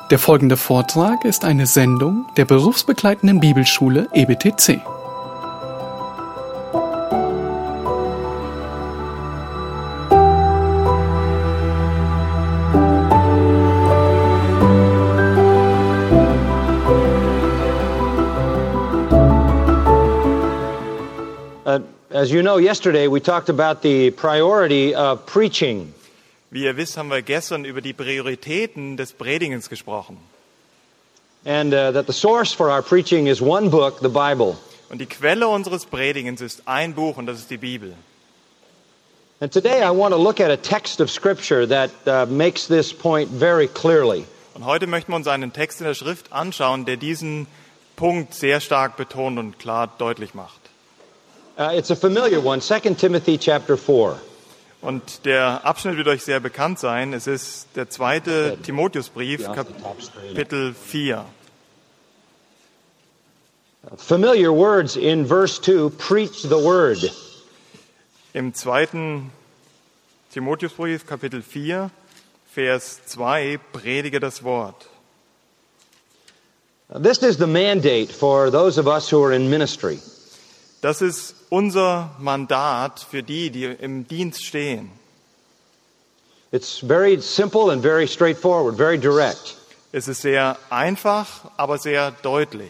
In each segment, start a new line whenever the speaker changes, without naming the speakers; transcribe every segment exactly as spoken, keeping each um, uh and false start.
Der folgende Vortrag ist eine Sendung der berufsbegleitenden Bibelschule E B T C.
Uh, as you know, yesterday we talked about the priority of preaching.
Wie ihr wisst, haben wir gestern über die Prioritäten des Predigens gesprochen.
And uh, that the source for our preaching is one book, the Bible.
Und die Quelle unseres Predigens ist ein Buch und das ist die Bibel.
And today I want to look at a text of Scripture that uh, makes this point very clearly.
Und heute möchten wir uns einen Text in der Schrift anschauen, der diesen Punkt sehr stark betont und klar deutlich macht.
Uh, it's a familiar one, Second Timothy chapter four.
Und der Abschnitt wird euch sehr bekannt sein. Es ist der zweite Timotheusbrief, Kapitel vier.
Familiar words in verse two, preach the word.
Im zweiten Timotheusbrief, Kapitel vier, Vers zwei, predige das Wort.
This is the mandate for those of us who are in ministry.
Das ist unser Mandat für die, die im Dienst stehen.
It's very simple and very straightforward, very direct.
Es ist sehr einfach, aber sehr deutlich.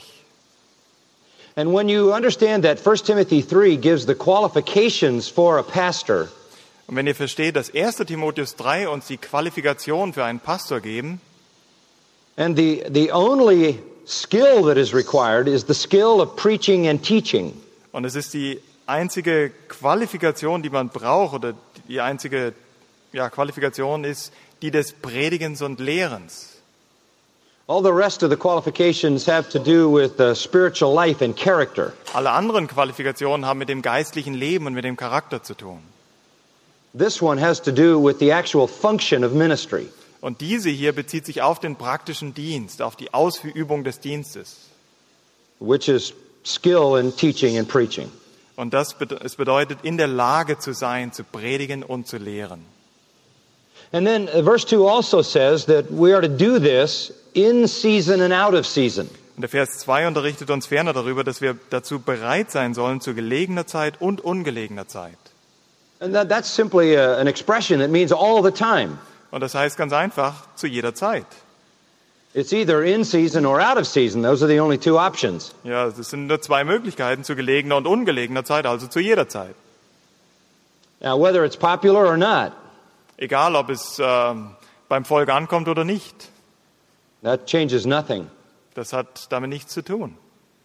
And when you understand that First Timothy three gives the qualifications for a pastor,
Und wenn ihr versteht, dass erster Timotheus drei uns die Qualifikation für einen Pastor geben,
and the, the only skill that is required is the skill of preaching and teaching.
und es ist die einzige Qualifikation, die man braucht, oder die einzige ja, Qualifikation ist die des Predigens und Lehrens.
All the rest of the qualifications have to do with uh, spiritual life and character.
Alle anderen Qualifikationen haben mit dem geistlichen Leben und mit dem Charakter zu tun.
This one has to do with the actual function of ministry.
Und diese hier bezieht sich auf den praktischen Dienst, auf die Ausübung des Dienstes.
Which is skill in teaching and preaching.
Und das es bedeutet, in der Lage zu sein, zu predigen und zu lehren.
And then uh, verse two also says that we are to do this in season and out of season.
Und der Vers zwei unterrichtet uns ferner darüber, dass wir dazu bereit sein sollen, zu gelegener Zeit und ungelegener Zeit.
And that, that's simply a, an expression that means all the time.
Und das heißt ganz einfach, zu jeder Zeit.
It's either in season or out of season. Those are the only two options.
Ja, es sind nur zwei Möglichkeiten, zu gelegener und ungelegener Zeit, also zu jeder Zeit.
Now, whether it's popular or not,
Egal, ob es äh, beim Volk ankommt oder nicht.
that changes nothing.
Das hat damit nichts zu tun.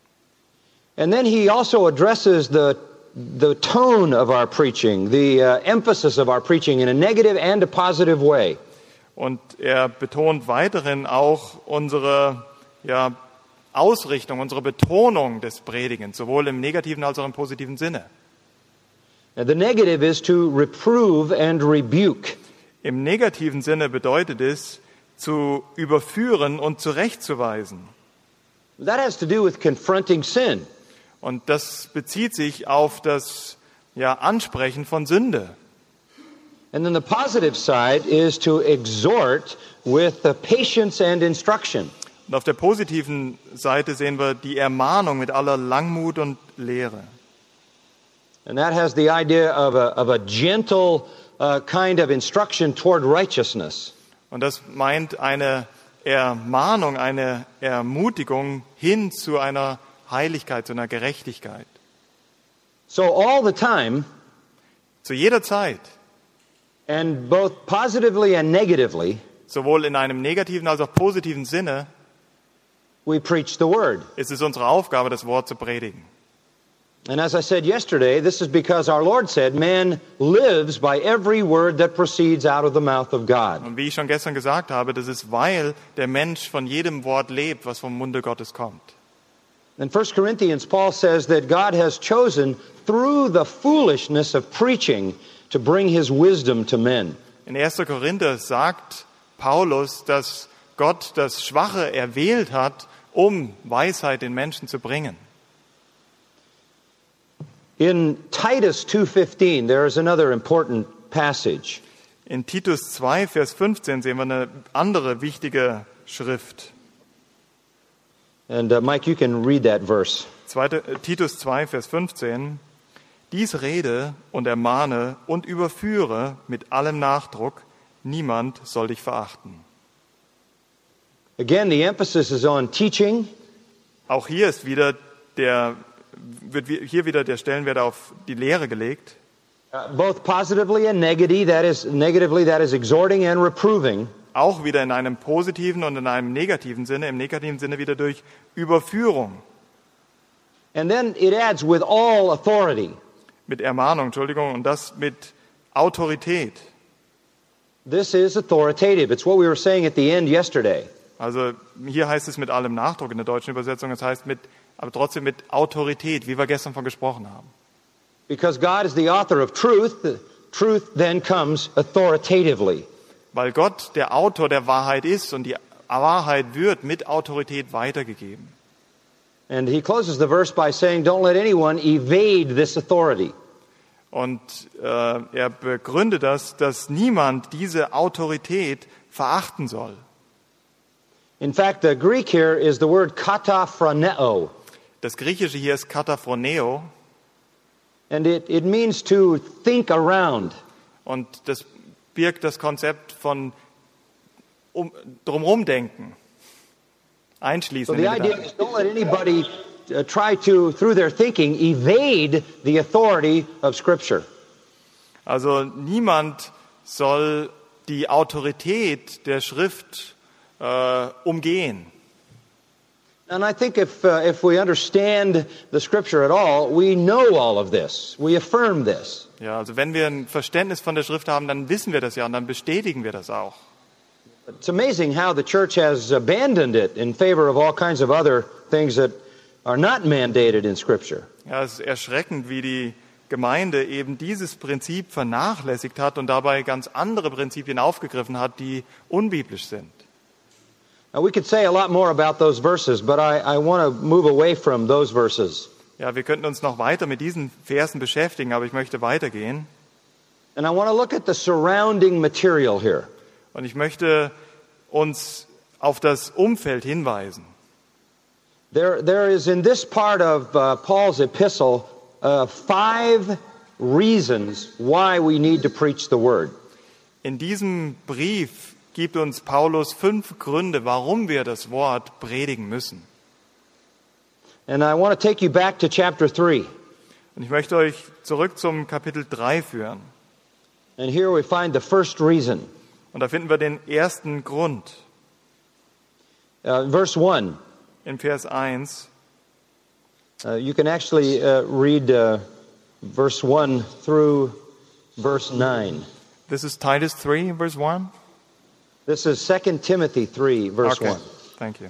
And then he also addresses the the tone of our preaching, the uh, emphasis of our preaching in a negative and a positive way.
Und er betont weiterhin auch unsere ja, Ausrichtung, unsere Betonung des Predigens, sowohl im negativen als auch im positiven Sinne.
And the negative is to reprove and rebuke.
Im negativen Sinne bedeutet es, zu überführen und zurechtzuweisen.
That has to do with confronting sin.
Und das bezieht sich auf das ja, Ansprechen von Sünde.
And then the positive side is to exhort with the patience and instruction.
Und auf der positiven Seite sehen wir die Ermahnung mit aller Langmut und Lehre.
And that has the idea of a, of a gentle uh, kind of instruction toward righteousness.
Und das meint eine Ermahnung, eine Ermutigung hin zu einer Heiligkeit, zu einer Gerechtigkeit.
So all the time,
Zu jeder Zeit,
and both positively and negatively,
sowohl in einem negativen als auch positiven Sinne,
we preach the word.
ist es unsere Aufgabe, das Wort zu predigen.
And as I said yesterday, this is because our Lord said, man lives by every word that proceeds out of the mouth of God.
Und wie ich schon gestern gesagt habe, das ist, weil der Mensch von jedem Wort lebt, was vom Munde Gottes kommt.
In First Corinthians, Paul says that God has chosen through the foolishness of preaching to bring his wisdom to men.
In erster Korinther sagt Paulus, dass Gott das Schwache erwählt hat, um Weisheit den Menschen zu bringen.
In Titus two fifteen, there is another important passage.
In Titus zwei, Vers fünfzehn sehen wir eine andere wichtige Schrift.
And uh, Mike, you can read that verse.
Zweite, äh, Titus zwei, Vers fünfzehn. Dies rede und ermahne und überführe mit allem Nachdruck, niemand soll dich verachten.
Again, the emphasis is on teaching.
Auch hier ist wieder der, wird hier wieder der Stellenwert auf die Lehre gelegt.
Uh, both positively and negatively, that is negatively that is exhorting and reproving.
Auch wieder in einem positiven und in einem negativen Sinne, im negativen Sinne wieder durch Überführung.
And then it adds with all authority.
Mit Ermahnung, Entschuldigung, und das mit Autorität.
This is authoritative. It's what we were saying at the end yesterday.
Also hier heißt es mit allem Nachdruck in der deutschen Übersetzung, es heißt mit, aber trotzdem mit Autorität, wie wir gestern von gesprochen haben.
Because God is the author of truth, the truth then comes authoritatively.
Weil Gott der Autor der Wahrheit ist und die Wahrheit wird mit Autorität weitergegeben.
And he closes the verse by saying, don't let anyone evade this authority.
Und äh, er begründet das, dass niemand diese Autorität verachten soll.
In fact, the Greek here is the word kataphroneo.
Das Griechische hier ist kataphroneo.
And it, it means to think around.
Und das birgt das Konzept von um, drumherum denken. Einschließen.
So the idea is don't let anybody uh, try to, through their thinking, evade the authority of Scripture.
Also niemand soll die Autorität der Schrift äh, umgehen.
And I think if, uh, if we understand the Scripture at all, we know all of this. We affirm this.
Ja, also wenn wir ein Verständnis von der Schrift haben, dann wissen wir das ja und dann bestätigen wir das auch.
It's amazing how the church has abandoned it in favor of all kinds of other things that are not mandated in Scripture.
Ja, es ist erschreckend, wie die Gemeinde eben dieses Prinzip vernachlässigt hat und dabei ganz andere Prinzipien aufgegriffen hat, die unbiblisch sind.
Now, we could say a lot more about those verses, but I, I want to move away from those verses.
Ja, wir könnten uns noch weiter mit diesen Versen beschäftigen, aber ich möchte weitergehen.
And I want to look at the surrounding material here.
Und ich möchte uns auf das Umfeld hinweisen.
There, there is in this part of uh, Paul's epistle uh, five reasons why we need to preach the word.
In diesem Brief gibt uns Paulus fünf Gründe, warum wir das Wort predigen müssen.
And I want to take you back to chapter three.
Und ich möchte euch zurück zum Kapitel drei führen.
And here we find the first reason.
Und da finden wir den ersten Grund.
Uh, verse one.
In Vers eins.
Uh, you can actually uh, read uh, verse one through verse nine.
This is Titus three, verse one.
This is Second Timothy three, verse
Okay,
one.
thank you.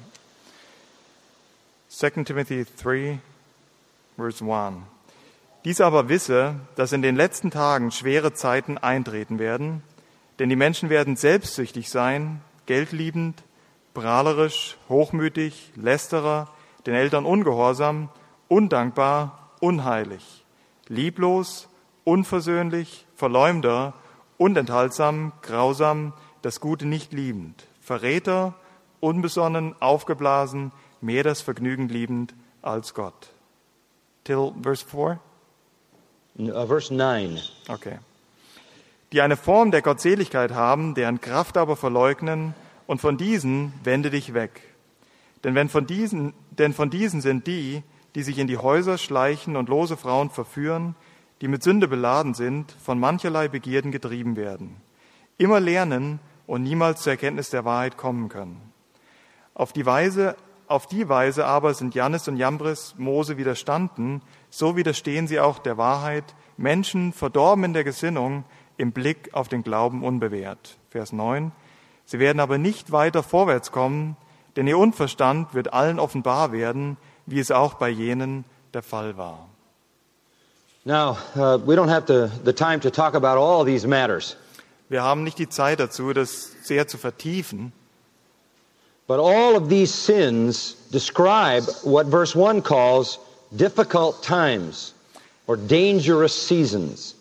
Second Timothy three, verse one. Dies aber wisse, dass in den letzten Tagen schwere Zeiten eintreten werden, denn die Menschen werden selbstsüchtig sein, geldliebend, prahlerisch, hochmütig, lästerer, den Eltern ungehorsam, undankbar, unheilig, lieblos, unversöhnlich, Verleumder, unenthaltsam, grausam, das Gute nicht liebend, Verräter, unbesonnen, aufgeblasen, mehr das Vergnügen liebend als Gott. Till verse four?
Uh, verse nine.
Okay. Die eine Form der Gottseligkeit haben, deren Kraft aber verleugnen, und von diesen wende dich weg. Denn wenn von diesen, denn von diesen sind die, die sich in die Häuser schleichen und lose Frauen verführen, die mit Sünde beladen sind, von mancherlei Begierden getrieben werden, immer lernen und niemals zur Erkenntnis der Wahrheit kommen können. Auf die Weise, auf die Weise aber sind Jannes und Jambres Mose widerstanden, so widerstehen sie auch der Wahrheit, Menschen verdorben in der Gesinnung, im Blick auf den Glauben unbewährt. Vers neun. Sie werden aber nicht weiter vorwärts kommen, denn ihr Unverstand wird allen offenbar werden, wie es auch bei jenen der Fall war.
Now, uh, we don't have to, the time to talk about all these matters.
Wir haben nicht die Zeit dazu, das sehr zu vertiefen.
But all of these sins describe what verse one calls difficult times or dangerous seasons.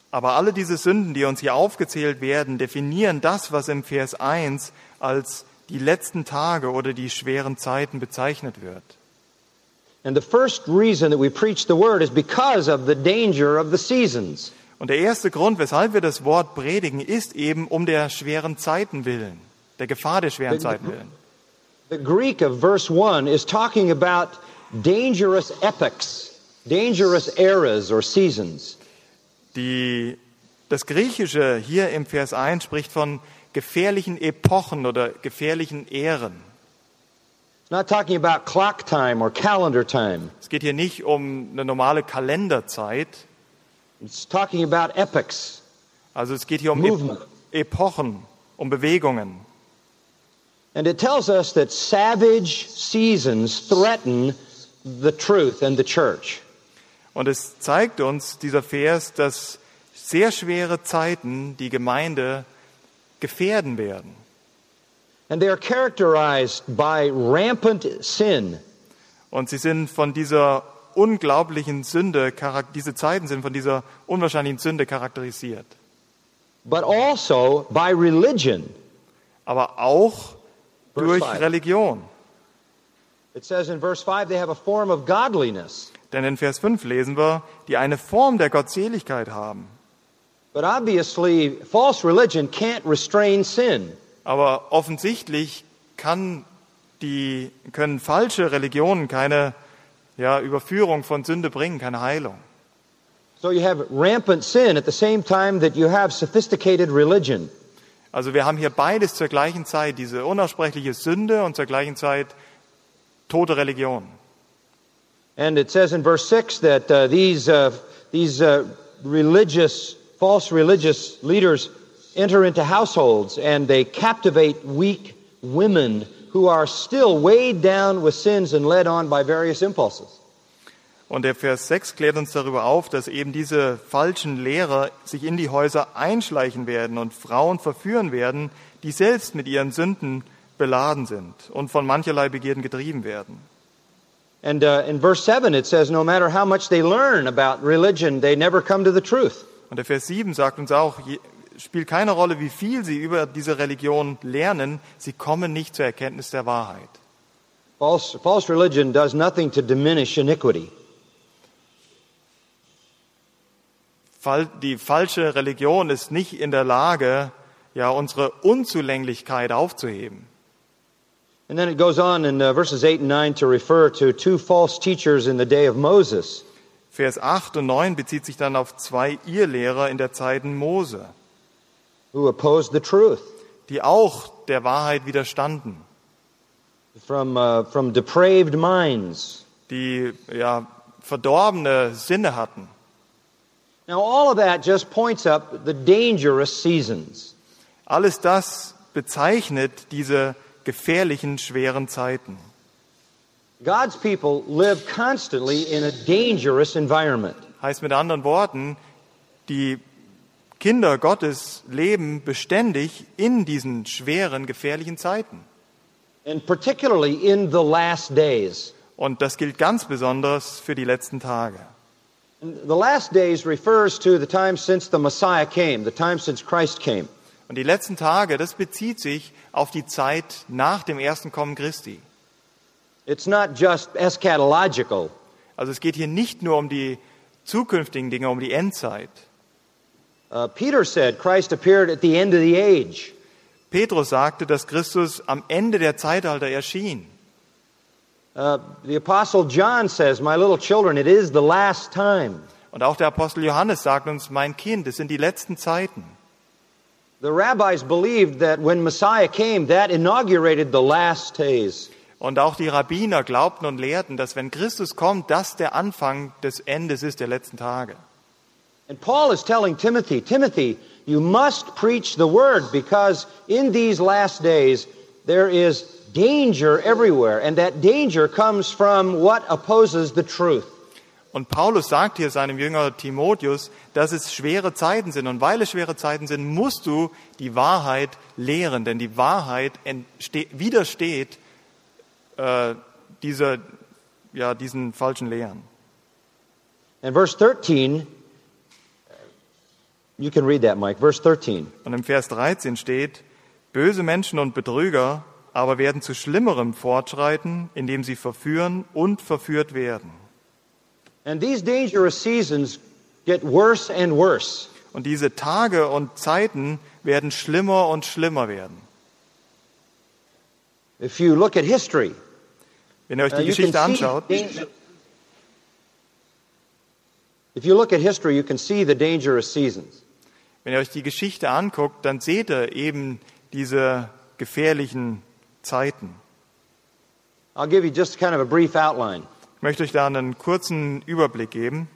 Aber alle diese Sünden, die uns hier aufgezählt werden, definieren das, was im Vers eins als die letzten Tage oder die schweren Zeiten bezeichnet wird.
And the first reason that we preach the word is because of the danger of the seasons.
Und der erste Grund, weshalb wir das Wort predigen, ist eben um der schweren Zeiten willen, der Gefahr der schweren Zeiten willen.
The Greek of verse one is talking about dangerous epochs, dangerous eras or seasons.
Die, das Griechische hier im Vers eins spricht von gefährlichen Epochen oder gefährlichen Ähren.
It's not talking about clock time or calendar time.
Es geht hier nicht um eine normale Kalenderzeit.
It's talking about epochs.
Also es geht hier um
Movement.
Epochen, um Bewegungen.
And it tells us that savage seasons threaten the truth and the church.
Und es zeigt uns, dieser Vers, dass sehr schwere Zeiten die Gemeinde gefährden werden.
And they are characterized by rampant sin.
Und sie sind von dieser unglaublichen Sünde, diese Zeiten sind von dieser unwahrscheinlichen Sünde charakterisiert.
But also by religion.
Aber auch
Verse
durch
five.
Religion.
It says in verse five, they have a form of godliness.
Denn in Vers fünf lesen wir, die eine Form der Gottseligkeit haben.
But obviously, false religion can't restrain sin.
Aber offensichtlich kann die, können falsche Religionen keine ja, Überführung von Sünde bringen, keine Heilung.
So you have rampant sin at the same time that you have sophisticated religion.
Also wir haben hier beides zur gleichen Zeit, diese unaussprechliche Sünde und zur gleichen Zeit tote Religion.
And it says in verse six that uh, these uh, these uh, religious, false religious leaders enter into households and they captivate weak women who are still weighed down with sins and led on by various impulses.
Und der Vers sechs klärt uns darüber auf, dass eben diese falschen Lehrer sich in die Häuser einschleichen werden und Frauen verführen werden, die selbst mit ihren Sünden beladen sind und von mancherlei Begierden getrieben werden.
And uh, in verse seven it says, no matter how much they learn about religion, they never come to the truth.
Und der Vers sieben sagt uns auch, je, spielt keine Rolle, wie viel sie über diese Religion lernen, sie kommen nicht zur Erkenntnis der Wahrheit.
False, false religion does nothing to diminish iniquity.
Die falsche Religion ist nicht in der Lage, ja, unsere Unzulänglichkeit aufzuheben.
And then it goes on in uh, verses eight and nine to refer to two false teachers in the day of Moses.
Vers acht und neun bezieht sich dann auf zwei Irrlehrer in der Zeit Mose,
Who opposed the truth
die auch der Wahrheit widerstanden,
from uh, from depraved minds.
die ja verdorbene Sinne hatten.
Now all of that just points up the dangerous seasons.
Alles das bezeichnet diese gefährlichen, schweren Zeiten.
God's people live constantly in a dangerous environment.
Heißt mit anderen Worten, die Kinder Gottes leben beständig in diesen schweren, gefährlichen Zeiten.
And particularly in the last days.
Und das gilt ganz besonders für die letzten Tage.
And the last days refers to the time since the Messiah came, the time since Christ came.
Und die letzten Tage, das bezieht sich auf die Zeit nach dem ersten Kommen Christi.
It's not just eschatological.
Also es geht hier nicht nur um die zukünftigen Dinge, um die Endzeit.
Uh, Peter said Christ appeared at the end of the age.
Petrus sagte, dass Christus am Ende der Zeitalter erschien.
Uh, the Apostle John says, my little children, it is the last time.
Und auch der Apostel Johannes sagt uns, mein Kind, es sind die letzten Zeiten.
The rabbis believed that when Messiah came, that inaugurated the last days.
Und auch die Rabbiner glaubten und lehrten, dass wenn Christus kommt, das der Anfang des Endes ist, der letzten Tage.
And Paul is telling Timothy, Timothy, you must preach the word because in these last days there is danger everywhere. And that danger comes from what opposes the truth.
Und Paulus sagt hier seinem Jünger Timotheus, dass es schwere Zeiten sind. Und weil es schwere Zeiten sind, musst du die Wahrheit lehren. Denn die Wahrheit entste- widersteht äh, dieser, ja, diesen falschen Lehren.
And verse thirteen You can read that, Mike. Verse thirteen.
Und im Vers dreizehn steht, böse Menschen und Betrüger aber werden zu Schlimmerem fortschreiten, indem sie verführen und verführt werden.
And these dangerous seasons get worse and worse.
Und diese Tage und Zeiten werden schlimmer und schlimmer werden.
If you look at history,
Wenn ihr euch
uh,
die
you
Geschichte
can see
anschaut,
danger- If you look at history, you can see the dangerous seasons.
wenn ihr euch die Geschichte anguckt, dann seht ihr eben diese gefährlichen Zeiten.
I'll give you just kind of a brief outline.
Ich möchte euch da einen kurzen Überblick geben.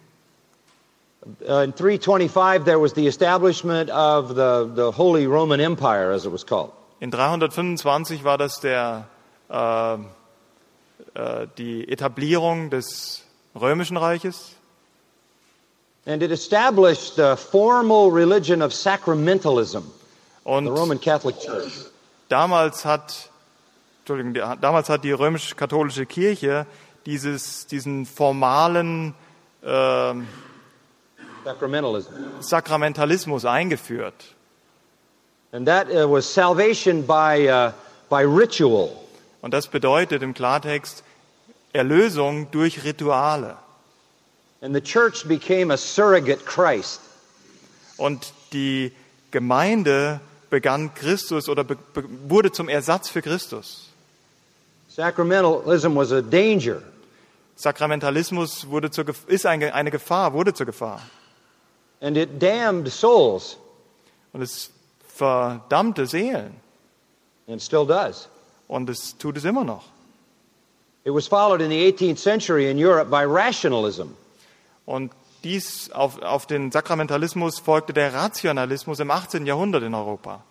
Uh, in three twenty-five, there was the establishment of the, the Holy Roman Empire, as it was called.
In dreihundertfünfundzwanzig war das der, äh, äh, die Etablierung des Römischen Reiches.
And it established the formal religion of sacramentalism, the
Und
Roman Catholic Church.
damals hat, Entschuldigung, die- damals hat die römisch-katholische Kirche dieses, diesen formalen äh,
Sacramentalism.
Sakramentalismus eingeführt.
And that uh, was salvation by, uh, by ritual.
Und das bedeutet im Klartext Erlösung durch Rituale.
And the church became a surrogate Christ.
Und die Gemeinde begann Christus oder be, be, wurde zum Ersatz für Christus.
Sacramentalism was a danger.
Sakramentalismus wurde zur, Gef- ist eine, eine Gefahr, wurde zur Gefahr.
And it damned souls,
Und es verdammte Seelen.
and still does.
Und es tut es immer noch.
It was followed in the eighteenth century in Europe by rationalism.
Und dies auf, auf den Sakramentalismus folgte der Rationalismus im achtzehnten Jahrhundert in Europa.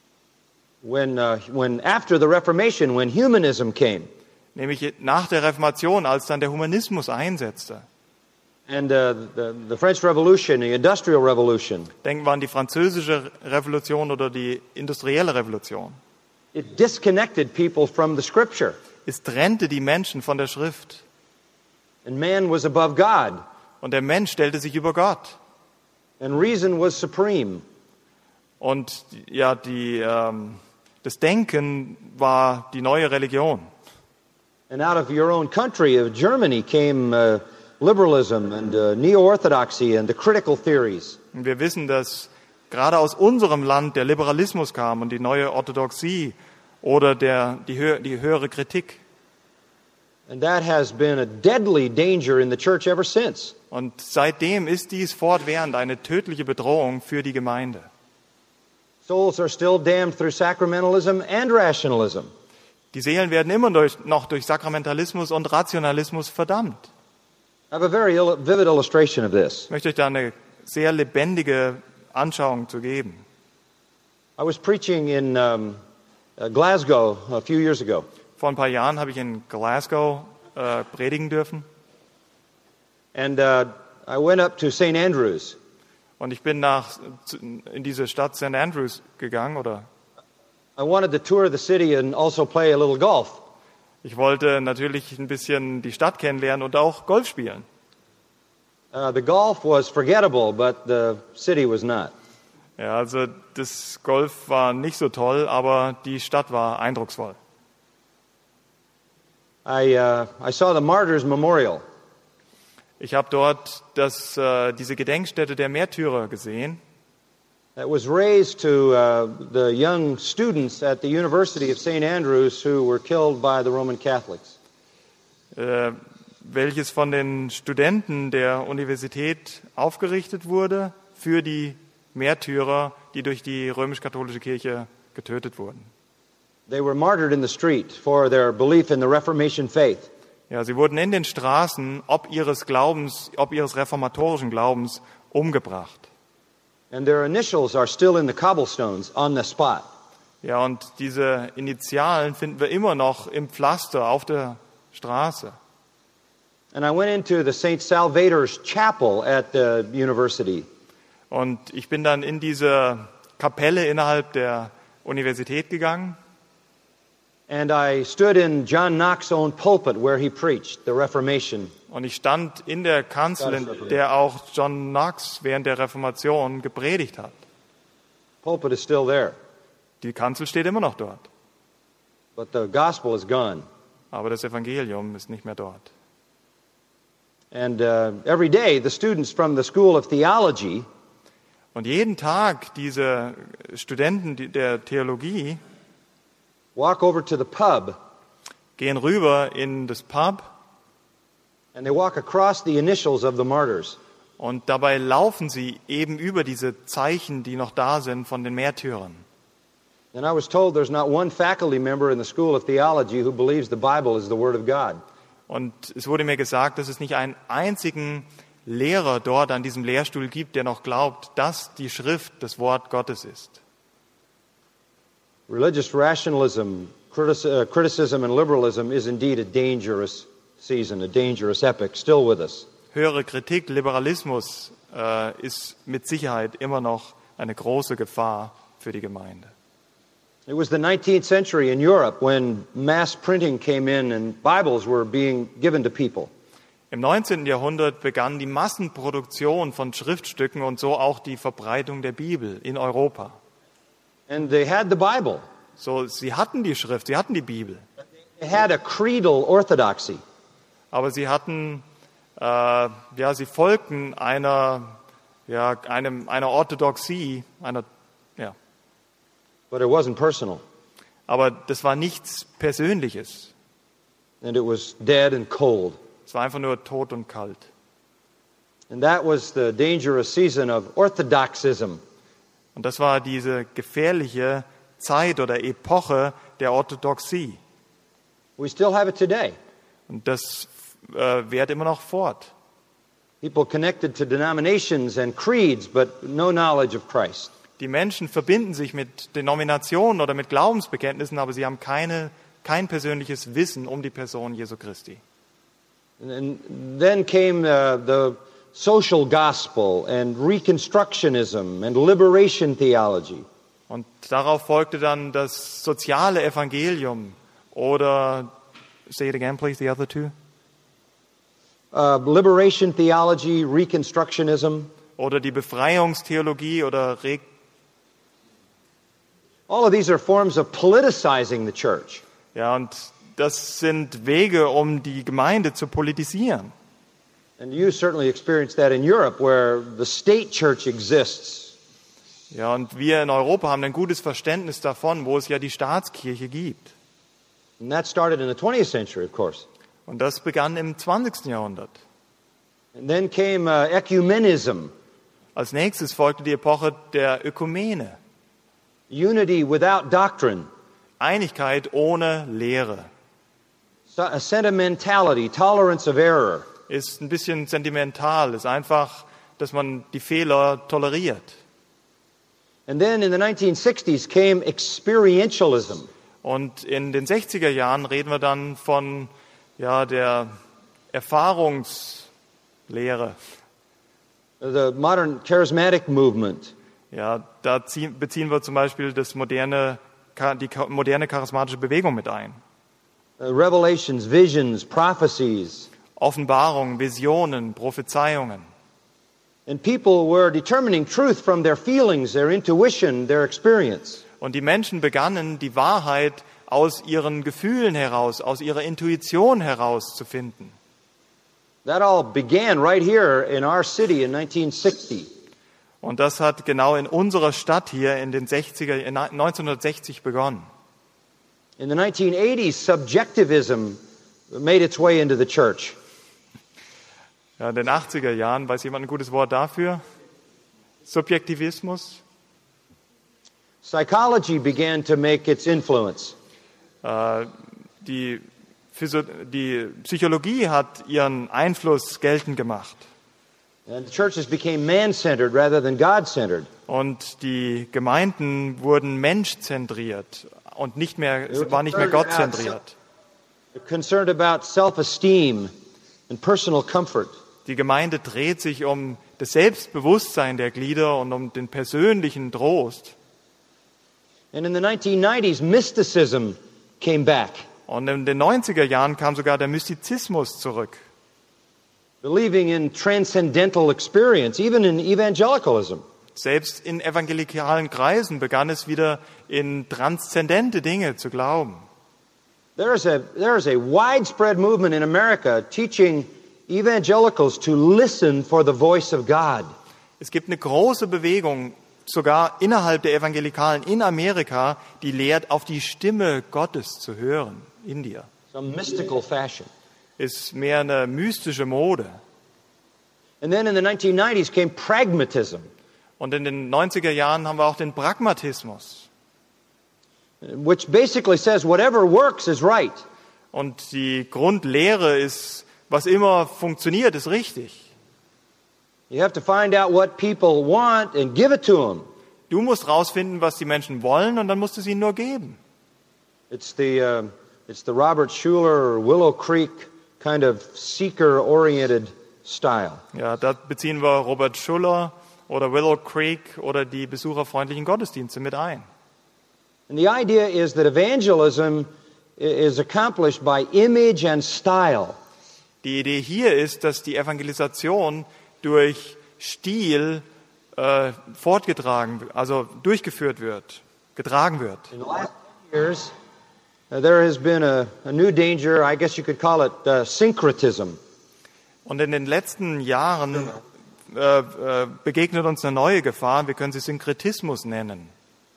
When, uh, when after the Reformation, when humanism came,
Nämlich nach der Reformation, als dann der Humanismus einsetzte.
and uh, the, the French Revolution, the Industrial Revolution,
Denken wir an die französische Revolution oder die industrielle Revolution.
it disconnected people from the Scripture,
Es trennte die Menschen von der Schrift.
and man was above God,
Und der Mensch stellte sich über Gott.
and reason was supreme.
Und ja, die, ähm, das Denken war die neue Religion.
And out of your own country, of Germany, came uh, liberalism and uh, neo-orthodoxy and the critical theories.
Und wir wissen, dass gerade aus unserem Land der Liberalismus kam und die neue Orthodoxie oder der, die, hö die höhere Kritik.
And that has been a deadly danger in the church ever since.
Und seitdem ist dies fortwährend eine tödliche Bedrohung für die Gemeinde.
Souls are still damned through sacramentalism and rationalism.
Die Seelen werden immer durch, noch durch Sakramentalismus und Rationalismus verdammt.
I have a very ill- vivid illustration of this.
Ich möchte euch da eine sehr lebendige Anschauung zu geben.
I was preaching in um, uh, Glasgow a few years ago,
Vor ein paar Jahren habe ich in Glasgow äh, predigen dürfen.
and uh, I went up to Saint Andrews.
Und ich bin nach, in diese Stadt Saint Andrews gegangen. Oder
I wanted to tour the city and also play a little golf.
ich wollte natürlich ein bisschen die Stadt kennenlernen und auch Golf spielen.
Uh, the golf was forgettable, but the city was not.
Ja, also das Golf war nicht so toll, aber die Stadt war eindrucksvoll.
I, uh, I saw the Martyrs Memorial.
Ich habe dort das, äh, diese Gedenkstätte der Märtyrer gesehen.
That was raised to uh, the young students at the University of Saint Andrews who were killed by the Roman Catholics.
Äh, welches von den Studenten der Universität aufgerichtet wurde für die Märtyrer, die durch die römisch-katholische Kirche getötet wurden.
They were martyred in the street for their belief in the Reformation faith.
Ja, sie wurden in den Straßen ob ihres Glaubens, ob ihres reformatorischen Glaubens umgebracht.
And their initials are still in the cobblestones on the spot.
Ja, und diese Initialen finden wir immer noch im Pflaster auf der Straße.
And I went into the Saint Salvator's Chapel at the university.
Und ich bin dann in diese Kapelle innerhalb der Universität gegangen.
And I stood in John Knox's own pulpit where he preached the Reformation.
Und ich stand in der Kanzel, in der auch John Knox während der Reformation gepredigt hat.
Pulpit is still there,
Die Kanzel steht immer noch dort,
but the gospel is gone.
aber das Evangelium ist nicht mehr dort.
And uh, every day the students from the School of Theology
Und jeden Tag diese Studenten die- der Theologie
walk over to the pub
gehen rüber in das Pub
and they walk across the initials of the martyrs.
und dabei laufen sie eben über diese Zeichen, die noch da sind von den Märtyrern.
And I was told there's not one faculty member in the School of Theology who believes the Bible is the Word of God.
Und es wurde mir gesagt, dass es nicht einen einzigen Lehrer dort an diesem Lehrstuhl gibt, der noch glaubt, dass die Schrift das Wort Gottes ist.
Religious rationalism, critic- uh, criticism, and liberalism is indeed a dangerous season, a dangerous epoch, still with us.
Höhere Kritik, Liberalismus äh, ist mit Sicherheit immer noch eine große Gefahr für die Gemeinde.
It was the nineteenth century in Europe when mass printing came in and Bibles were being given to people.
Im neunzehnten Jahrhundert begann die Massenproduktion von Schriftstücken und so auch die Verbreitung der Bibel in Europa.
And they had the Bible.
So, sie hatten die Schrift, sie hatten die Bibel,
They had a creedal orthodoxy.
aber sie hatten, äh, ja, sie folgten einer, ja, einem, einer Orthodoxie, einer, ja,
But it wasn't personal.
aber das war nichts Persönliches.
And it was dead and cold.
Es war einfach nur tot und kalt.
And that was the dangerous season of orthodoxism.
Und das war diese gefährliche Zeit oder Epoche der Orthodoxie.
We still have it today.
Und das äh, währt immer noch fort.
People connected to denominations and creeds, but no knowledge of Christ.
Die Menschen verbinden sich mit Denominationen oder mit Glaubensbekenntnissen, aber sie haben keine, kein persönliches Wissen um die Person Jesu Christi.
And, and then came uh, the social gospel and Reconstructionism and liberation theology.
Und darauf folgte dann das soziale Evangelium oder, say it again please, the other two,
Uh, liberation theology, Reconstructionism.
oder die Befreiungstheologie oder Re
All of these are forms of politicizing the church.
ja, und das sind Wege, um die Gemeinde zu politisieren.
And you certainly experienced that in Europe, where the state church exists.
Ja, und wir in Europa haben ein gutes Verständnis davon, wo es ja die Staatskirche gibt.
And that started in the twentieth century, of course.
Und das begann im zwanzigsten Jahrhundert.
And then came uh, ecumenism,
Als nächstes folgte die Epoche der Ökumene.
unity without doctrine,
Einigkeit ohne Lehre.
so- a sentimentality, tolerance of error.
Ist ein bisschen sentimental, ist einfach, dass man die Fehler toleriert.
And then in the nineteen sixties came experientialism.
Und in den sechziger Jahren reden wir dann von ja, der Erfahrungslehre.
The modern charismatic movement.
Ja, da ziehen, beziehen wir zum Beispiel das moderne, die moderne charismatische Bewegung mit ein.
Uh, revelations, visions, prophecies.
Offenbarungen, Visionen, Prophezeiungen.
And people were determining truth from their feelings, their intuition, their experience.
Und die Menschen begannen, die Wahrheit aus ihren Gefühlen heraus, aus ihrer Intuition heraus zu finden.
That all began right here in our city in nineteen sixty.
Und das hat genau in unserer Stadt hier in den sechziger, in neunzehnhundertsechzig begonnen.
In the nineteen eighties, subjectivism made its way into the church.
Ja, in den achtziger Jahren, weiß jemand ein gutes Wort dafür? Subjektivismus.
Psychology began to make its influence.
Äh, die, Physio- die Psychologie hat ihren Einfluss geltend gemacht.
And the churches became man-centered rather than God-centered.
Und die Gemeinden wurden menschzentriert und nicht mehr,
They were
war nicht mehr
concerned about
gottzentriert.
They're concerned about self-esteem and personal comfort.
Die Gemeinde dreht sich um das Selbstbewusstsein der Glieder und um den persönlichen Trost.
And in the nineteen nineties, mysticism came back,
Und in den neunziger Jahren kam sogar der Mystizismus zurück.
believing in transcendental experience, even in evangelicalism.
Selbst in evangelikalen Kreisen begann es wieder in transzendente Dinge zu glauben.
There is a, there is a widespread movement in America teaching evangelicals to listen for the voice of God.
Es gibt eine große Bewegung, sogar innerhalb der Evangelikalen in Amerika, die lehrt, auf die Stimme Gottes zu hören in dir.
Some mystical fashion.
Ist mehr eine mystische Mode.
And then in the nineteen nineties came pragmatism,
Und in den neunziger Jahren haben wir auch den Pragmatismus.
which basically says whatever works is right.
Und die Grundlehre ist, was immer funktioniert, ist richtig.
You have to find out what people want and give it to them.
Du musst rausfinden, was die Menschen wollen, und dann musst du es ihnen nur geben.
It's the, uh, it's the Robert Schuller or Willow Creek kind of seeker-oriented style.
Ja, da beziehen wir Robert Schuller oder Willow Creek oder die besucherfreundlichen Gottesdienste mit ein.
And the idea is that evangelism i- is accomplished by image and style.
Die Idee hier ist, dass die Evangelisation durch Stil äh, fortgetragen, also durchgeführt wird, getragen wird.
In the last years, uh, there has been a, a new danger, I guess you could call it uh, syncretism.
Und in den letzten Jahren äh, äh, begegnet uns eine neue Gefahr, wir können sie Synkretismus nennen.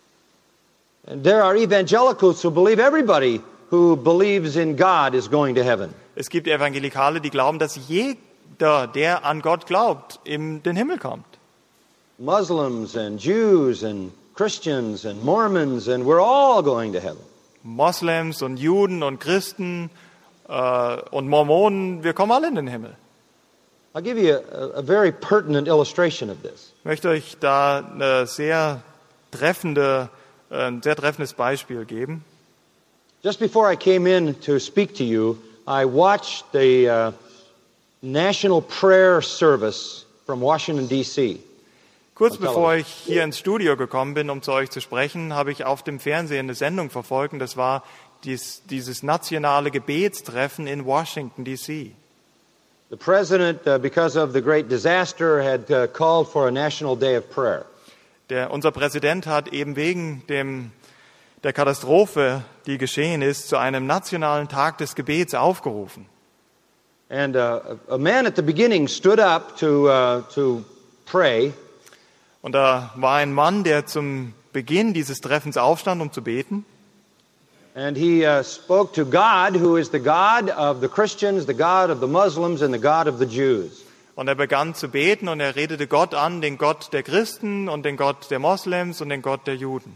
And there are evangelicals who believe everybody who believes in God is going to heaven.
Es gibt Evangelikale, die glauben, dass jeder, der an Gott glaubt, in den Himmel kommt.
Muslims and Jews and Christians and Mormons, and we're all going to heaven.
Moslems und Juden und Christen äh, und Mormonen, wir kommen alle in den Himmel.
I'll give you a, a very pertinent illustration of this.
Ich möchte euch da eine sehr treffende, ein sehr treffendes Beispiel geben.
Just before I came in to speak to you, I watched the uh, National Prayer Service from Washington, D C
Kurz
On
bevor
television.
ich hier ins Studio gekommen bin, um zu euch zu sprechen, habe ich auf dem Fernsehen eine Sendung verfolgt. Und das war dies, dieses nationale Gebetstreffen in Washington, D C
The president, uh, because of the great disaster, had uh, called for a national day of prayer.
Der, unser Präsident hat eben wegen dem, der Katastrophe, die geschehen ist, zu einem nationalen Tag des Gebets aufgerufen.
And uh, a a man at the beginning stood up to, uh, to pray,
Und da war ein Mann, der zum Beginn dieses Treffens aufstand, um zu beten.
and he uh, spoke to God, who is the God of the Christians, the God of the Muslims, and the God of the Jews.
Und er begann zu beten und er redete Gott an, den Gott der Christen und den Gott der Moslems und den Gott der Juden.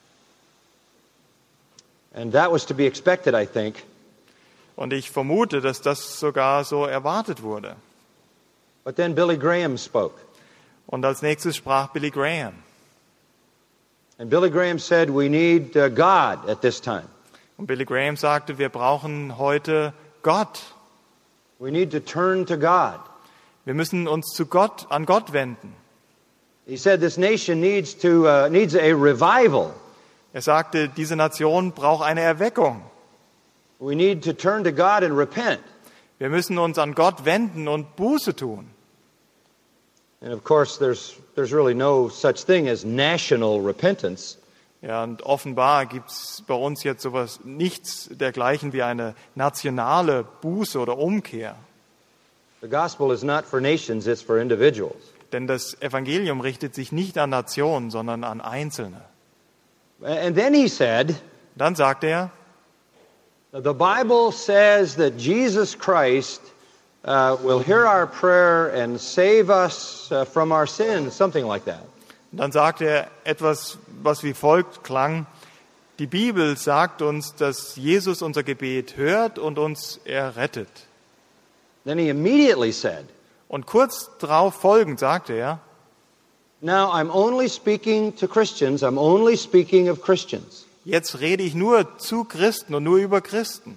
And that was to be expected, I think.
Und ich vermute, dass das sogar so erwartet wurde.
But then Billy Graham spoke.
Und als nächstes sprach Billy Graham.
And Billy Graham said, we need uh, God at this time.
Und Billy Graham sagte, wir brauchen heute Gott.
We need to turn to God.
Wir müssen uns zu Gott, an Gott wenden.
He said this nation needs to uh, needs a revival.
Er sagte, diese Nation braucht eine Erweckung.
We need to turn to God and repent.
Wir müssen uns an Gott wenden und Buße tun.
And of course, there's there's really no such thing as national repentance.
Ja, und offenbar gibt's bei uns jetzt sowas, nichts dergleichen wie eine nationale Buße oder Umkehr.
The gospel is not for nations, it's for individuals.
Denn das Evangelium richtet sich nicht an Nationen, sondern an Einzelne.
And then he said,
Dann sagt er,
the Bible says that Jesus Christ uh, will hear our prayer and save us uh, from our sins, something like that.
dann sagt er etwas, was wie folgt klang. Die Bibel sagt uns, dass Jesus unser Gebet hört und uns errettet.
Then he immediately said,
Und kurz darauf folgend sagte er,
now I'm only speaking to Christians, I'm only speaking of Christians.
jetzt rede ich nur zu Christen und nur über Christen.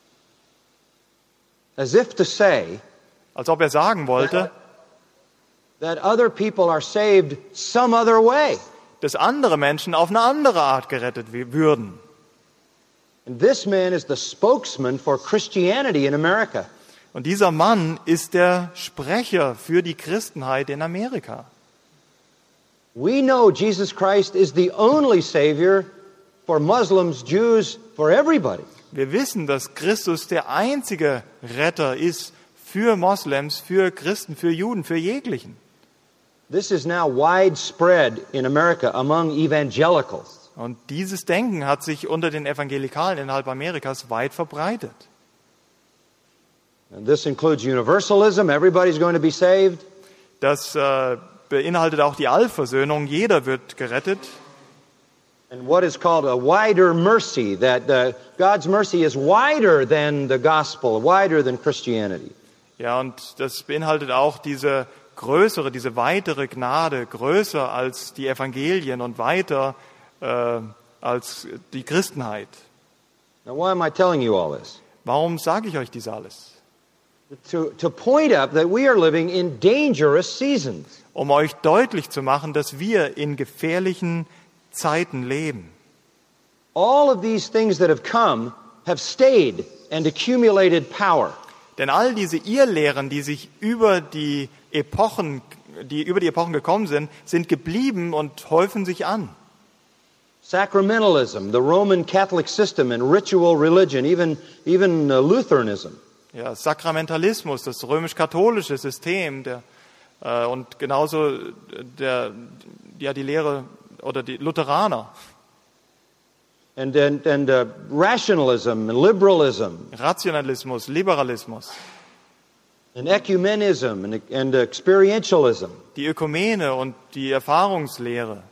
As if to say
Als ob er sagen wollte,
that other people are saved some other way.
dass andere Menschen auf eine andere Art gerettet w- würden.
And this man is the spokesman for Christianity in America.
Und dieser Mann ist der Sprecher für die Christenheit in Amerika.
We know Jesus Christ is the only Savior for Muslims, Jews, for everybody.
Wir wissen, dass Christus der einzige Retter ist für Moslems, für Christen, für Juden, für jeglichen.
This is now widespread in America among evangelicals.
Und dieses Denken hat sich unter den Evangelikalen innerhalb Amerikas weit verbreitet.
And this includes universalism, everybody's going to be saved.
Das äh, beinhaltet auch die Allversöhnung, jeder wird gerettet.
And what is called a wider mercy, that uh, God's mercy is wider than the gospel, wider than Christianity.
Ja, und das beinhaltet auch diese größere, diese weitere Gnade, größer als die Evangelien und weiter äh, als die Christenheit.
Now, why am I telling you all this?
Warum sage ich euch dies alles?
To, to point out that we are living in dangerous seasons.
Um euch deutlich zu machen, dass wir in gefährlichen Zeiten leben.
All of these things that have come have stayed and accumulated power.
Denn all diese Irrlehren, die sich über die Epochen, die über die Epochen gekommen sind, sind geblieben und häufen sich an.
Sacramentalism, the Roman Catholic system, and ritual religion, even even uh, Lutheranism.
Ja, Sakramentalismus, das römisch-katholische System, der, äh, und genauso der, ja, die Lehre oder die Lutheraner.
And and, and uh, rationalism and liberalism.
Rationalismus, Liberalismus.
And ecumenism and, and experientialism.
Die Ökumene und die Erfahrungslehre.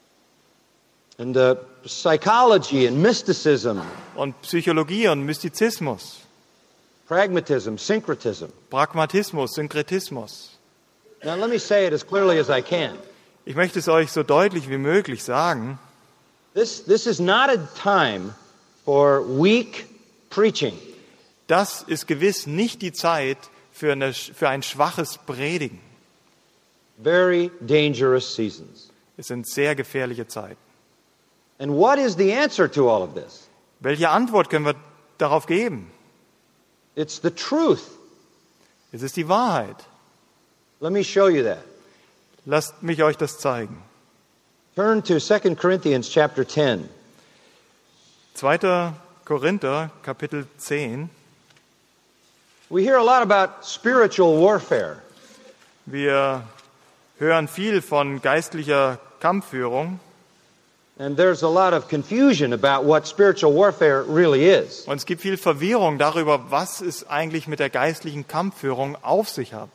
And uh, psychology and mysticism.
Und Psychologie und Mystizismus.
Pragmatism, syncretism.
Pragmatismus, Synkretismus.
Now let me say it as clearly as I can.
Ich möchte es euch so deutlich wie möglich sagen.
This, this is not a time for weak preaching.
Das ist gewiss nicht die Zeit für, eine, für ein schwaches Predigen.
Very dangerous seasons.
Es sind sehr gefährliche Zeiten.
And what is the answer to all of this?
Welche Antwort können wir darauf geben?
It's the truth.
Es ist die Wahrheit.
Let me show you that.
Lasst mich euch das zeigen.
Turn to Second Corinthians chapter ten.
zweiter Korinther, Kapitel zehn.
We hear a lot about spiritual warfare.
Wir hören viel von geistlicher Kampfführung.
And there's a lot of confusion about what spiritual warfare really is.
Und es gibt viel Verwirrung darüber, was es eigentlich mit der geistlichen Kampfführung auf sich hat.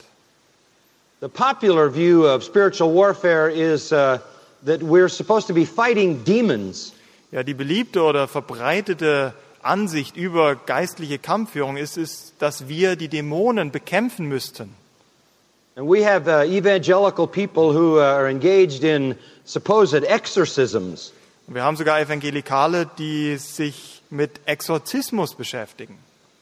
The popular view of spiritual warfare is uh, that we're supposed to be fighting demons.
Ja, die beliebte oder verbreitete Ansicht über geistliche Kampfführung ist es, dass wir die Dämonen bekämpfen müssten.
And we have uh, evangelical people who uh, are engaged in supposed exorcisms.
Und wir haben sogar Evangelikale, die sich mit Exorzismus beschäftigen.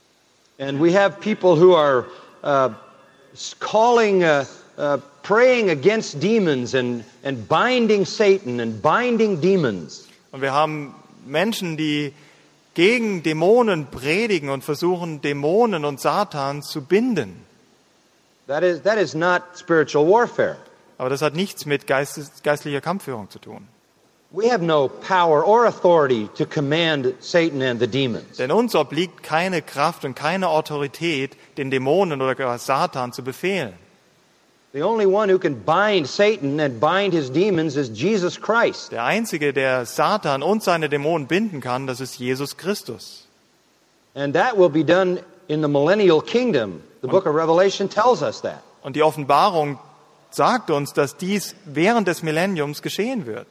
And we have people who are uh, calling, uh, uh, praying against demons and, and binding Satan and binding demons.
Und wir haben Menschen, die gegen Dämonen predigen und versuchen, Dämonen und Satan zu binden.
That is, that is not spiritual warfare.
Aber das hat nichts mit geistes, geistlicher Kampfführung zu tun.
We have no power or authority to command Satan and the demons.
Denn uns obliegt keine Kraft und keine Autorität, den Dämonen oder gar Satan zu befehlen.
The only one who can bind Satan and bind his demons is Jesus Christ.
Der Einzige, der Satan und seine Dämonen binden kann, das ist Jesus Christus.
And that will be done in the millennial kingdom. The book of Revelation tells us that.
Und die Offenbarung sagt uns, dass dies während des Millenniums geschehen wird.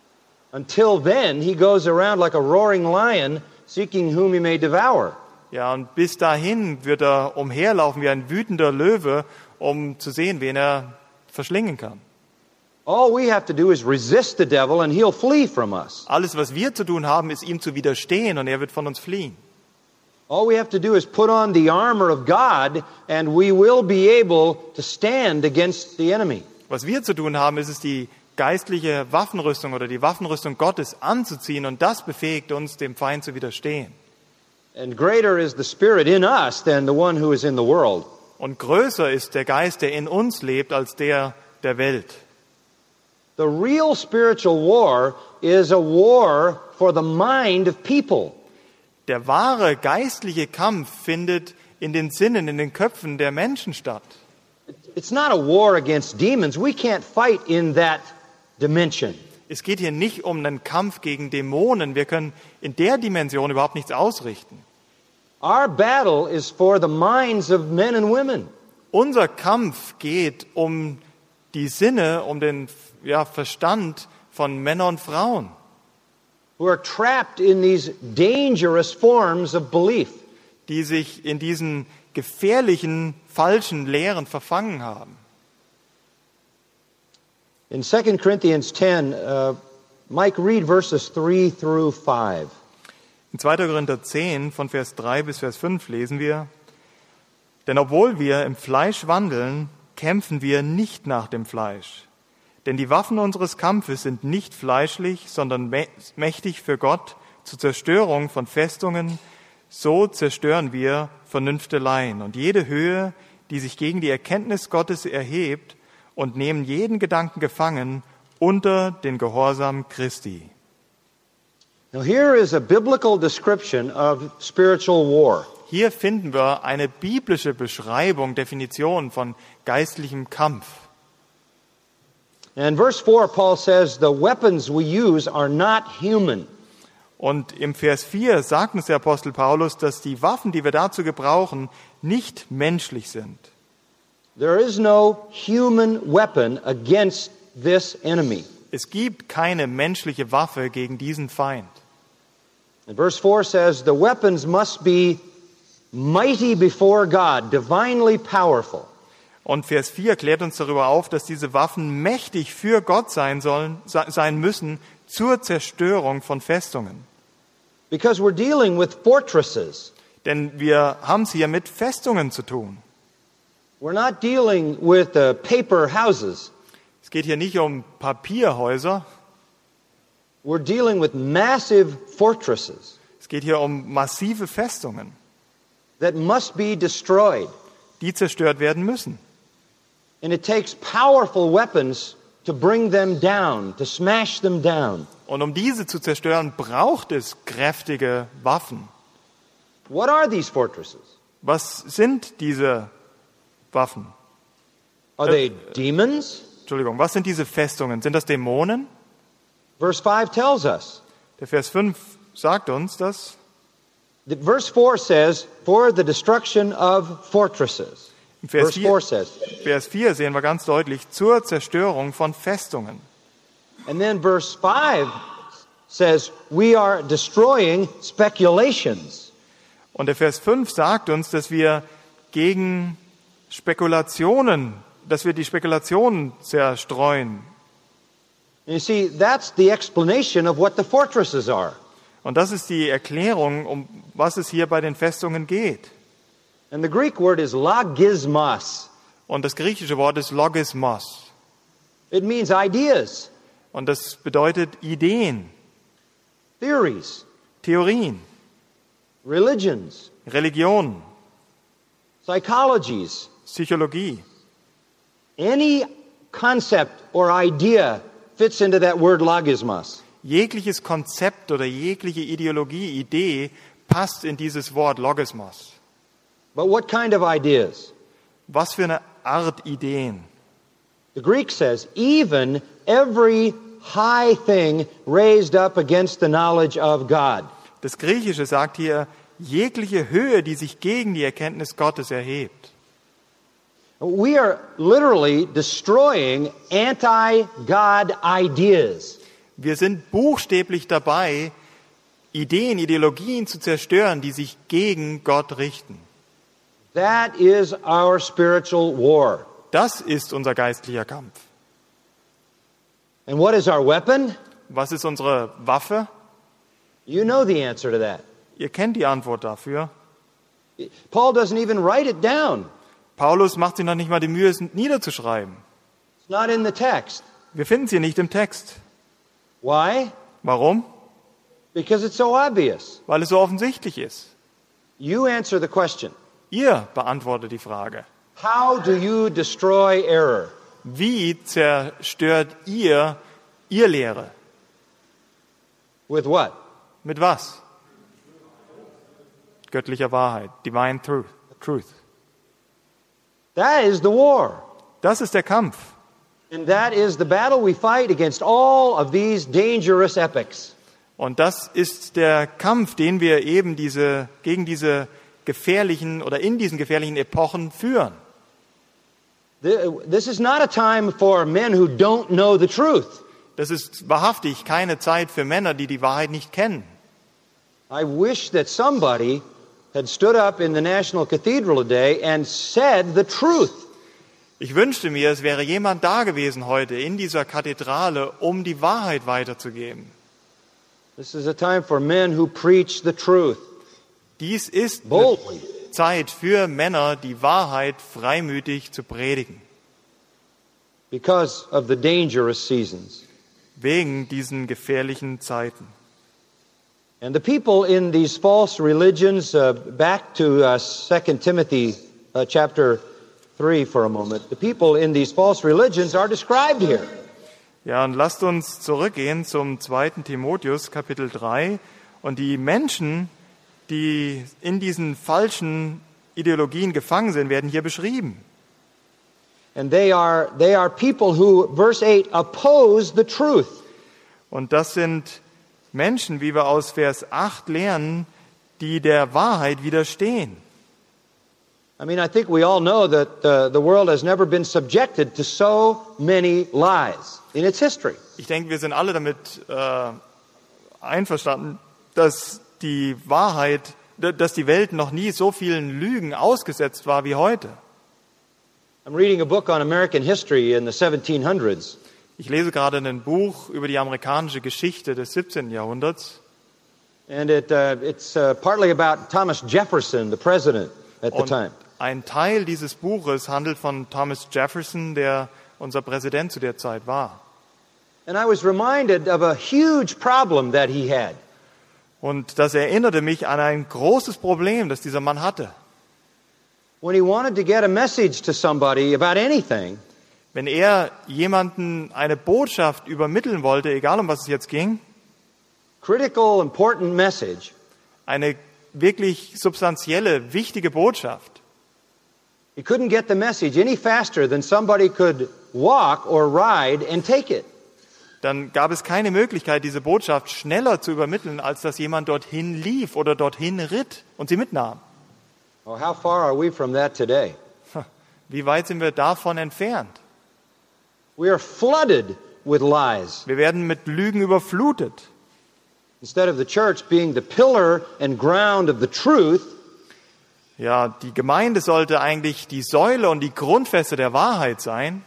Until then, he goes around like a roaring lion, seeking whom he may devour.
Ja, und bis dahin wird er umherlaufen wie ein wütender Löwe, um zu sehen, wen er verschlingen kann.
All we have to do is resist the devil and he'll flee from us.
Alles, was wir zu tun haben, ist ihm zu widerstehen und er wird von uns fliehen.
All we have to do is put on the armor of God and we will be able to stand against the enemy.
Was wir zu tun haben, ist es, die geistliche Waffenrüstung oder die Waffenrüstung Gottes anzuziehen und das befähigt uns, dem Feind zu widerstehen.
And greater is the Spirit in us than the one who is in the world.
Und größer ist der Geist, der in uns lebt, als der der Welt.
The real spiritual war is a war for the mind of people.
Der wahre geistliche Kampf findet in den Sinnen, in den Köpfen der Menschen statt.
It's not a war against demons. We can't fight in that dimension.
Es geht hier nicht um einen Kampf gegen Dämonen. Wir können in der Dimension überhaupt nichts ausrichten.
Our battle is for the minds of men and women.
Unser Kampf geht um die Sinne, um den ja, Verstand von Männern und Frauen,
who are trapped in these dangerous forms of belief.
die sich in diesen gefährlichen, falschen Lehren verfangen haben.
In Second Corinthians ten, uh, Mike, read verses three through five.
In zweiter Korinther zehn, von Vers drei bis Vers fünf lesen wir: Denn obwohl wir im Fleisch wandeln, kämpfen wir nicht nach dem Fleisch. Denn die Waffen unseres Kampfes sind nicht fleischlich, sondern mächtig für Gott zur Zerstörung von Festungen. So zerstören wir Vernünfteleien und jede Höhe, die sich gegen die Erkenntnis Gottes erhebt, und nehmen jeden Gedanken gefangen unter den Gehorsam Christi.
Now here is a biblical description of spiritual war.
Hier finden wir eine biblische Beschreibung, Definition von geistlichem Kampf.
And in verse four, Paul says, the weapons we use are not human.
Und im Vers vier sagt uns der Apostel Paulus, dass die Waffen, die wir dazu gebrauchen, nicht menschlich sind.
There is no human weapon against this enemy.
Es gibt keine menschliche Waffe gegen diesen Feind.
And verse four says, the weapons must be mighty before God, divinely powerful.
Und Vers vier klärt uns darüber auf, dass diese Waffen mächtig für Gott sein sollen, sein müssen zur Zerstörung von Festungen.
Because we're dealing with fortresses.
Denn wir haben es hier mit Festungen zu tun.
We're not dealing with uh, paper houses.
Es geht hier nicht um Papierhäuser.
We're dealing with massive fortresses
Es geht hier um massive Festungen,
that must be destroyed.
die zerstört werden müssen.
And it takes powerful weapons to bring them down, to smash them down.
Und um diese zu zerstören, braucht es kräftige Waffen.
What are these fortresses?
Was sind diese Waffen?
Are they demons?
Entschuldigung, was sind diese Festungen? Sind das Dämonen?
Verse five tells us.
Der Vers fünf sagt uns das.
The verse four says, for the destruction of fortresses.
Im Vers
Verse four
vier,
says.
Vers vier sehen wir ganz deutlich, zur Zerstörung von Festungen.
And then verse five says, we are destroying speculations.
Und der Vers fünf sagt uns, dass wir gegen Spekulationen, dass wir die Spekulationen zerstreuen.
And you see, that's the explanation of what the fortresses are.
Und das ist die Erklärung, um was es hier bei den Festungen geht.
And the Greek word is logismos.
Und das griechische Wort ist Logismos.
It means ideas,
Und das bedeutet Ideen,
theories,
Theorien,
religions,
Religionen,
psychologies.
Psychologie.
Any concept or idea fits into that word logismos.
Jegliches Konzept oder jegliche Ideologie, Idee passt in dieses Wort Logismos.
But what kind of ideas?
Was für eine Art Ideen?
The Greek says, even every high thing raised up against the knowledge of God.
Das Griechische sagt hier, jegliche Höhe, die sich gegen die Erkenntnis Gottes erhebt.
We are literally destroying anti-God ideas.
Wir sind buchstäblich dabei, Ideen, Ideologien zu zerstören, die sich gegen Gott richten.
That is our spiritual war.
Das ist unser geistlicher Kampf.
And what is our weapon?
Was ist unsere Waffe?
You know the answer to that.
Ihr kennt die Antwort dafür.
Paul doesn't even write it down.
Paulus macht sich noch nicht mal die Mühe, es niederzuschreiben.
It's not in the text.
Wir finden sie nicht im Text.
Why?
Warum?
Because it's so obvious.
Weil es so offensichtlich ist.
You answer the question.
Ihr beantwortet die Frage.
How do you destroy error?
Wie zerstört ihr Irrlehre?
With what?
Mit was? Göttlicher Wahrheit, divine truth. truth.
That is the war.
Das ist der Kampf.
And that is the battle we fight against all of these dangerous epochs.
Und das ist der Kampf, den wir eben diese, gegen diese gefährlichen oder in diesen gefährlichen Epochen führen.
This is not a time for men who don't know the truth.
Das ist wahrhaftig keine Zeit für Männer, die die Wahrheit nicht kennen.
I wish that somebody had stood up in the National Cathedral today and said the truth.
Ich wünschte mir, es wäre jemand da gewesen heute in dieser Kathedrale, um die Wahrheit weiterzugeben.
This is a time for men who preach the truth.
Dies ist
Boldly.
eine Zeit für Männer, die Wahrheit freimütig zu predigen.
Because of the dangerous seasons.
Wegen diesen gefährlichen Zeiten.
And the people in these false religions, uh, back to uh, Second Timothy uh, chapter three for a moment. The people in these false religions are described here.
Ja, und lasst uns zurückgehen zum zweiten Timotheus, Kapitel drei. Und die Menschen, die in diesen falschen Ideologien gefangen sind, werden hier beschrieben.
And they are, they are people who, verse eight, oppose the truth.
Und das sind Menschen, wie wir aus Vers acht lernen, die der Wahrheit widerstehen.
I mean, I think we all know that uh, the world has never been subjected to so many lies in its history.
Ich denke, wir sind alle damit äh, einverstanden, dass die Wahrheit, dass die Welt noch nie so vielen Lügen ausgesetzt war wie heute.
I'm reading a book on American history in the seventeen hundreds.
Ich lese gerade ein Buch über die amerikanische Geschichte des siebzehnten Jahrhunderts.
And it, uh, it's uh, partly about Thomas Jefferson, the president at the
Und
time.
ein Teil dieses Buches handelt von Thomas Jefferson, der unser Präsident zu der Zeit war.
And I was reminded of a huge problem that he had.
Und das erinnerte mich an ein großes Problem, das dieser Mann hatte.
When he wanted to get a message to somebody about anything,
Wenn er jemanden eine Botschaft übermitteln wollte, egal um was es jetzt ging,
critical, important message,
eine wirklich substanzielle, wichtige Botschaft,
he couldn't get the message any faster than somebody could walk or ride and take it.
dann gab es keine Möglichkeit, diese Botschaft schneller zu übermitteln, als dass jemand dorthin lief oder dorthin ritt und sie mitnahm.
Oh, how far are we from that today?
Wie weit sind wir davon entfernt?
We are flooded with lies.
Wir werden mit Lügen überflutet.
Instead of the church being the pillar and ground of the truth,
Ja, die Gemeinde sollte eigentlich die Säule und die Grundfeste der Wahrheit sein.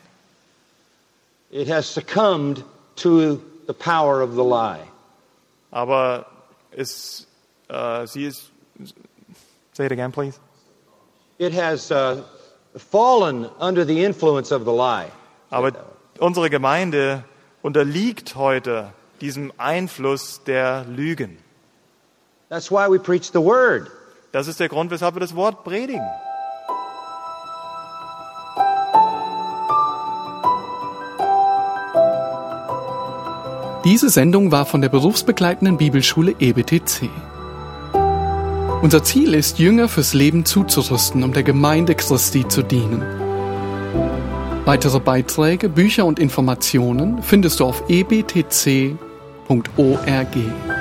it has succumbed to the power of the lie.
Aber es, äh, sie ist, say it again, please.
It has uh, fallen under the influence of the lie.
Aber unsere Gemeinde unterliegt heute diesem Einfluss der Lügen.
That's why we preach the word.
Das ist der Grund, weshalb wir das Wort predigen.
Diese Sendung war von der berufsbegleitenden Bibelschule E B T C. Unser Ziel ist, Jünger fürs Leben zuzurüsten, um der Gemeinde Christi zu dienen. Weitere Beiträge, Bücher und Informationen findest du auf e b t c punkt org.